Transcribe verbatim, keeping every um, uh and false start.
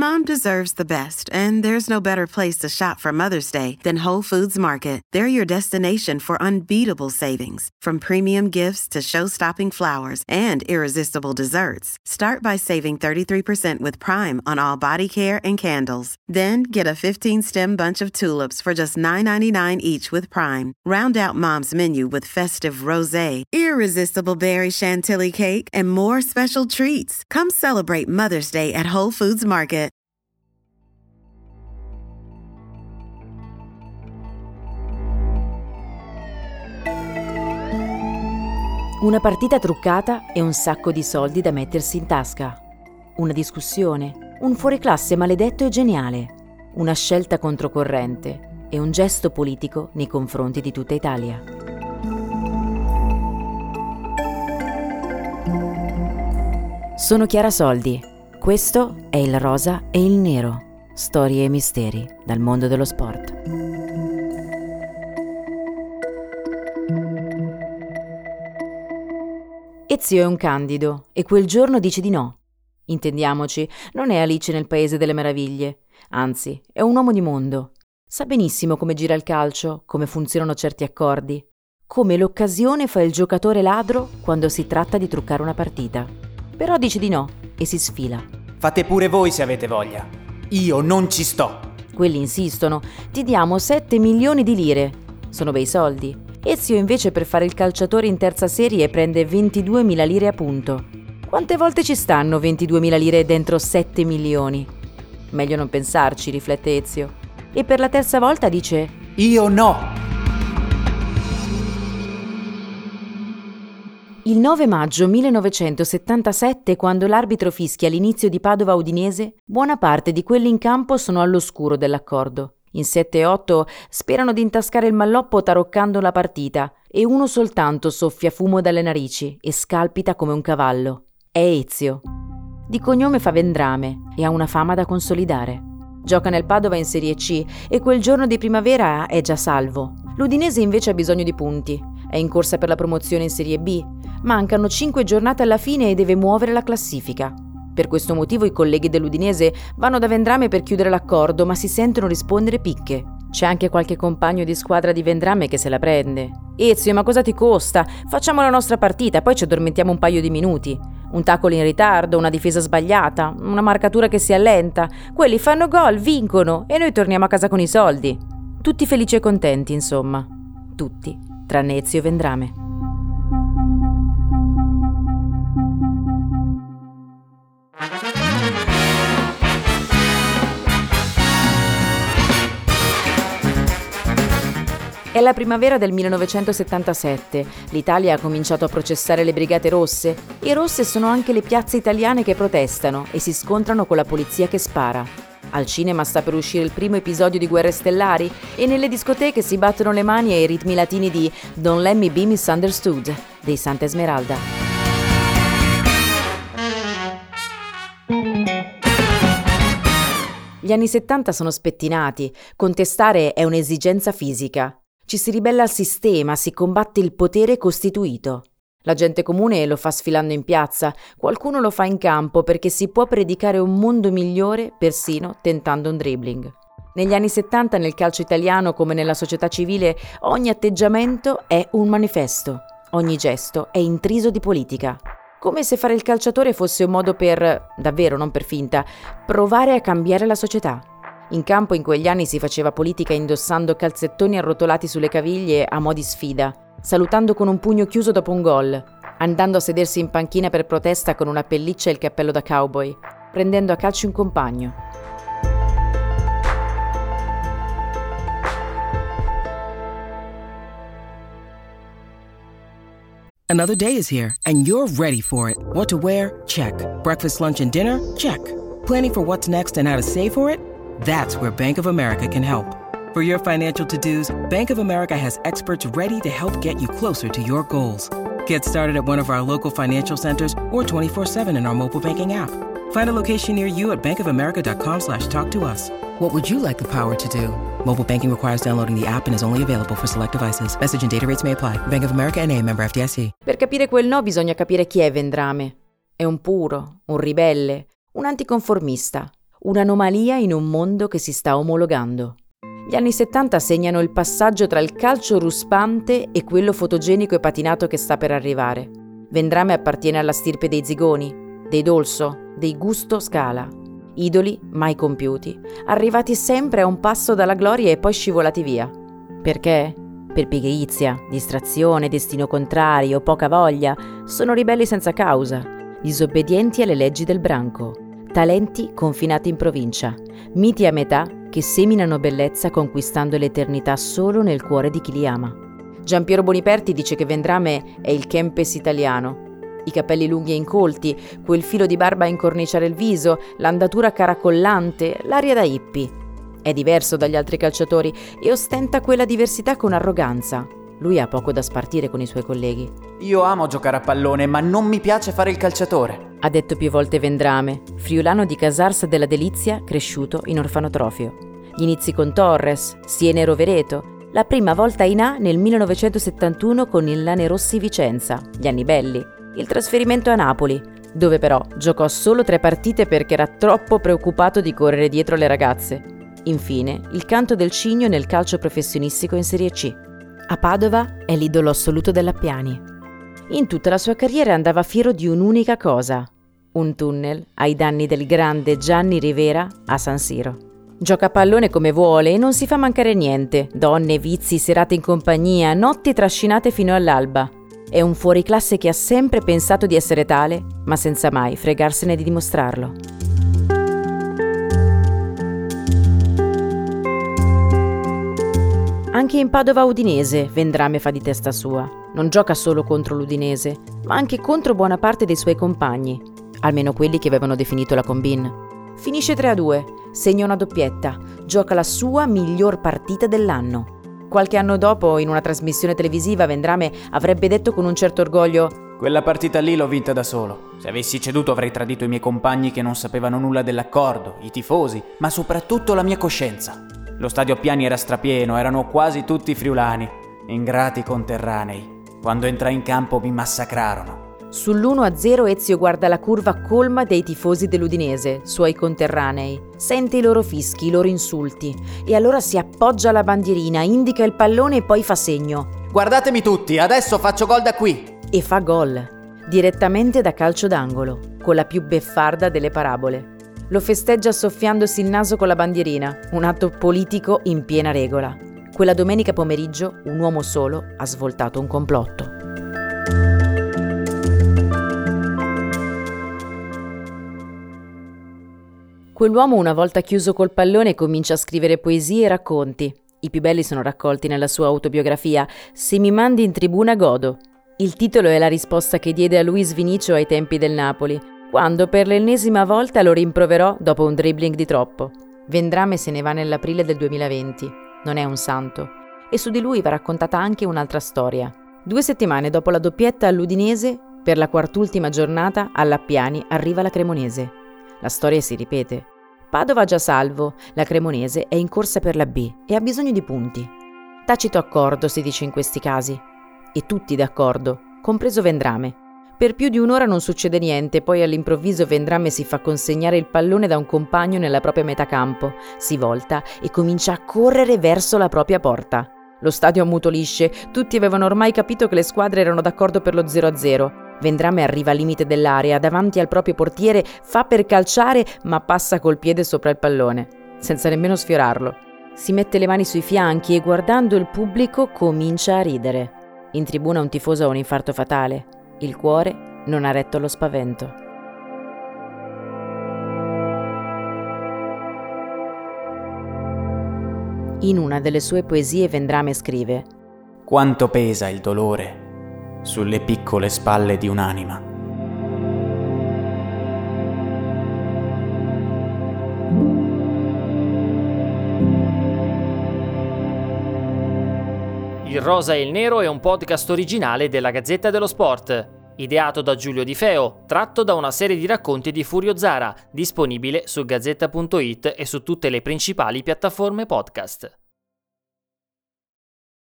Mom deserves the best, and there's no better place to shop for Mother's Day than Whole Foods Market. They're your destination for unbeatable savings, from premium gifts to show-stopping flowers and irresistible desserts. Start by saving thirty-three percent with Prime on all body care and candles. Then get a fifteen-stem bunch of tulips for just nine ninety-nine each with Prime. Round out Mom's menu with festive rosé, irresistible berry chantilly cake, and more special treats. Come celebrate Mother's Day at Whole Foods Market. Una partita truccata e un sacco di soldi da mettersi in tasca. Una discussione, un fuoriclasse maledetto e geniale, una scelta controcorrente e un gesto politico nei confronti di tutta Italia. Sono Chiara Soldi. Questo è Il Rosa e il Nero. Storie e misteri dal mondo dello sport. Ezio è un candido e quel giorno dice di no. Intendiamoci, non è Alice nel Paese delle Meraviglie. Anzi, è un uomo di mondo. Sa benissimo come gira il calcio, come funzionano certi accordi, come l'occasione fa il giocatore ladro quando si tratta di truccare una partita. Però dice di no e si sfila. Fate pure voi se avete voglia. Io non ci sto. Quelli insistono. Ti diamo sette milioni di lire. Sono bei soldi. Ezio invece per fare il calciatore in terza serie prende ventiduemila lire a punto. Quante volte ci stanno ventiduemila lire dentro sette milioni? Meglio non pensarci, riflette Ezio. E per la terza volta dice: Io no! Il nove maggio millenovecentosettantasette, quando l'arbitro fischia l'inizio di Padova-Udinese, buona parte di quelli in campo sono all'oscuro dell'accordo. In sette e otto sperano di intascare il malloppo taroccando la partita e uno soltanto soffia fumo dalle narici e scalpita come un cavallo. È Ezio. Di cognome fa Vendrame e ha una fama da consolidare. Gioca nel Padova in Serie C e quel giorno di primavera è già salvo. L'Udinese invece ha bisogno di punti. È in corsa per la promozione in Serie B. Mancano cinque giornate alla fine e deve muovere la classifica. Per questo motivo i colleghi dell'Udinese vanno da Vendrame per chiudere l'accordo, ma si sentono rispondere picche. C'è anche qualche compagno di squadra di Vendrame che se la prende. Ezio, ma cosa ti costa? Facciamo la nostra partita, poi ci addormentiamo un paio di minuti. Un tackle in ritardo, una difesa sbagliata, una marcatura che si allenta. Quelli fanno gol, vincono e noi torniamo a casa con i soldi. Tutti felici e contenti, insomma. Tutti, tranne Ezio Vendrame. È la primavera del millenovecentosettantasette. L'Italia ha cominciato a processare le Brigate Rosse. E rosse sono anche le piazze italiane che protestano e si scontrano con la polizia che spara. Al cinema sta per uscire il primo episodio di Guerre Stellari e nelle discoteche si battono le mani ai ritmi latini di Don't Let Me Be Misunderstood dei Santa Esmeralda. Gli anni settanta sono spettinati. Contestare è un'esigenza fisica. Ci si ribella al sistema, si combatte il potere costituito. La gente comune lo fa sfilando in piazza, qualcuno lo fa in campo perché si può predicare un mondo migliore persino tentando un dribbling. Negli anni settanta nel calcio italiano come nella società civile ogni atteggiamento è un manifesto, ogni gesto è intriso di politica. Come se fare il calciatore fosse un modo per, davvero non per finta, provare a cambiare la società. In campo in quegli anni si faceva politica indossando calzettoni arrotolati sulle caviglie a mo' di sfida, salutando con un pugno chiuso dopo un gol, andando a sedersi in panchina per protesta con una pelliccia e il cappello da cowboy, prendendo a calci un compagno. Another day is here, and you're ready for it. What to wear? Check. Breakfast, lunch, and dinner? Check. Planning for what's next and how to save for it? That's where Bank of America can help. For your financial to-dos, Bank of America has experts ready to help get you closer to your goals. Get started at one of our local financial centers or twenty-four seven in our mobile banking app. Find a location near you at bankofamerica.com slash talk to us. What would you like the power to do? Mobile banking requires downloading the app and is only available for select devices. Message and data rates may apply. Bank of America N A, member F D I C. Per capire quel no bisogna capire chi è Vendrame. È un puro, un ribelle, un anticonformista. un'anomalia in un mondo che si sta omologando. Gli anni settanta segnano il passaggio tra il calcio ruspante e quello fotogenico e patinato che sta per arrivare. Vendrame appartiene alla stirpe dei Zigoni, dei Dolso, dei Gusto Scala. Idoli mai compiuti, arrivati sempre a un passo dalla gloria e poi scivolati via. Perché? Per pigrizia, distrazione, destino contrario, poca voglia, sono ribelli senza causa, disobbedienti alle leggi del branco, talenti confinati in provincia, miti a metà che seminano bellezza conquistando l'eternità solo nel cuore di chi li ama. Giampiero Boniperti dice che Vendrame è il Kempes italiano. I capelli lunghi e incolti, quel filo di barba a incorniciare il viso, l'andatura caracollante, l'aria da hippie. È diverso dagli altri calciatori e ostenta quella diversità con arroganza. Lui ha poco da spartire con i suoi colleghi. Io amo giocare a pallone, ma non mi piace fare il calciatore, ha detto più volte Vendrame, friulano di Casarsa della Delizia, cresciuto in orfanotrofio. Gli inizi con Torres, Siena e Rovereto, la prima volta in A nel millenovecentosettantuno con il Lanerossi Vicenza, gli anni belli, il trasferimento a Napoli, dove però giocò solo tre partite perché era troppo preoccupato di correre dietro le ragazze. Infine, il canto del cigno nel calcio professionistico in Serie C. A Padova è l'idolo assoluto dell'Appiani. In tutta la sua carriera andava fiero di un'unica cosa: un tunnel ai danni del grande Gianni Rivera a San Siro. Gioca a pallone come vuole e non si fa mancare niente: donne, vizi, serate in compagnia, notti trascinate fino all'alba. È un fuoriclasse che ha sempre pensato di essere tale, ma senza mai fregarsene di dimostrarlo. Anche in Padova Udinese Vendrame fa di testa sua. Non gioca solo contro l'Udinese, ma anche contro buona parte dei suoi compagni, almeno quelli che avevano definito la combine. Finisce tre a due, segna una doppietta, gioca la sua miglior partita dell'anno. Qualche anno dopo, in una trasmissione televisiva, Vendrame avrebbe detto con un certo orgoglio: quella partita lì l'ho vinta da solo. Se avessi ceduto avrei tradito i miei compagni che non sapevano nulla dell'accordo, i tifosi, ma soprattutto la mia coscienza. Lo stadio Appiani era strapieno, erano quasi tutti friulani, ingrati conterranei. Quando entrai in campo mi massacrarono. Sull'uno a zero Ezio guarda la curva colma dei tifosi dell'Udinese, suoi conterranei. Sente i loro fischi, i loro insulti. E allora si appoggia alla bandierina, indica il pallone e poi fa segno. Guardatemi tutti, adesso faccio gol da qui! E fa gol, direttamente da calcio d'angolo, con la più beffarda delle parabole. Lo festeggia soffiandosi il naso con la bandierina, un atto politico in piena regola. Quella domenica pomeriggio un uomo solo ha svoltato un complotto. Quell'uomo, una volta chiuso col pallone, comincia a scrivere poesie e racconti. I più belli sono raccolti nella sua autobiografia Se mi mandi in tribuna godo. Il titolo è la risposta che diede a Luis Vinicio ai tempi del Napoli, quando per l'ennesima volta lo rimproverò dopo un dribbling di troppo. Vendrame se ne va nell'aprile del duemilaventi. Non è un santo. E su di lui va raccontata anche un'altra storia. Due settimane dopo la doppietta all'Udinese, per la quart'ultima giornata all'Appiani arriva la Cremonese. La storia si ripete. Padova già salvo, la Cremonese è in corsa per la B e ha bisogno di punti. Tacito accordo, si dice in questi casi. E tutti d'accordo, compreso Vendrame. Per più di un'ora non succede niente, poi all'improvviso Vendrame si fa consegnare il pallone da un compagno nella propria metà campo, si volta e comincia a correre verso la propria porta. Lo stadio ammutolisce, tutti avevano ormai capito che le squadre erano d'accordo per lo zero a zero. Vendrame arriva al limite dell'area, davanti al proprio portiere, fa per calciare, ma passa col piede sopra il pallone, senza nemmeno sfiorarlo. Si mette le mani sui fianchi e guardando il pubblico comincia a ridere. In tribuna un tifoso ha un infarto fatale. Il cuore non ha retto allo spavento. In una delle sue poesie Vendrame scrive: quanto pesa il dolore sulle piccole spalle di un'anima. Il Rosa e il Nero è un podcast originale della Gazzetta dello Sport, ideato da Giulio Di Feo, tratto da una serie di racconti di Furio Zara, disponibile su gazzetta punto it e su tutte le principali piattaforme podcast.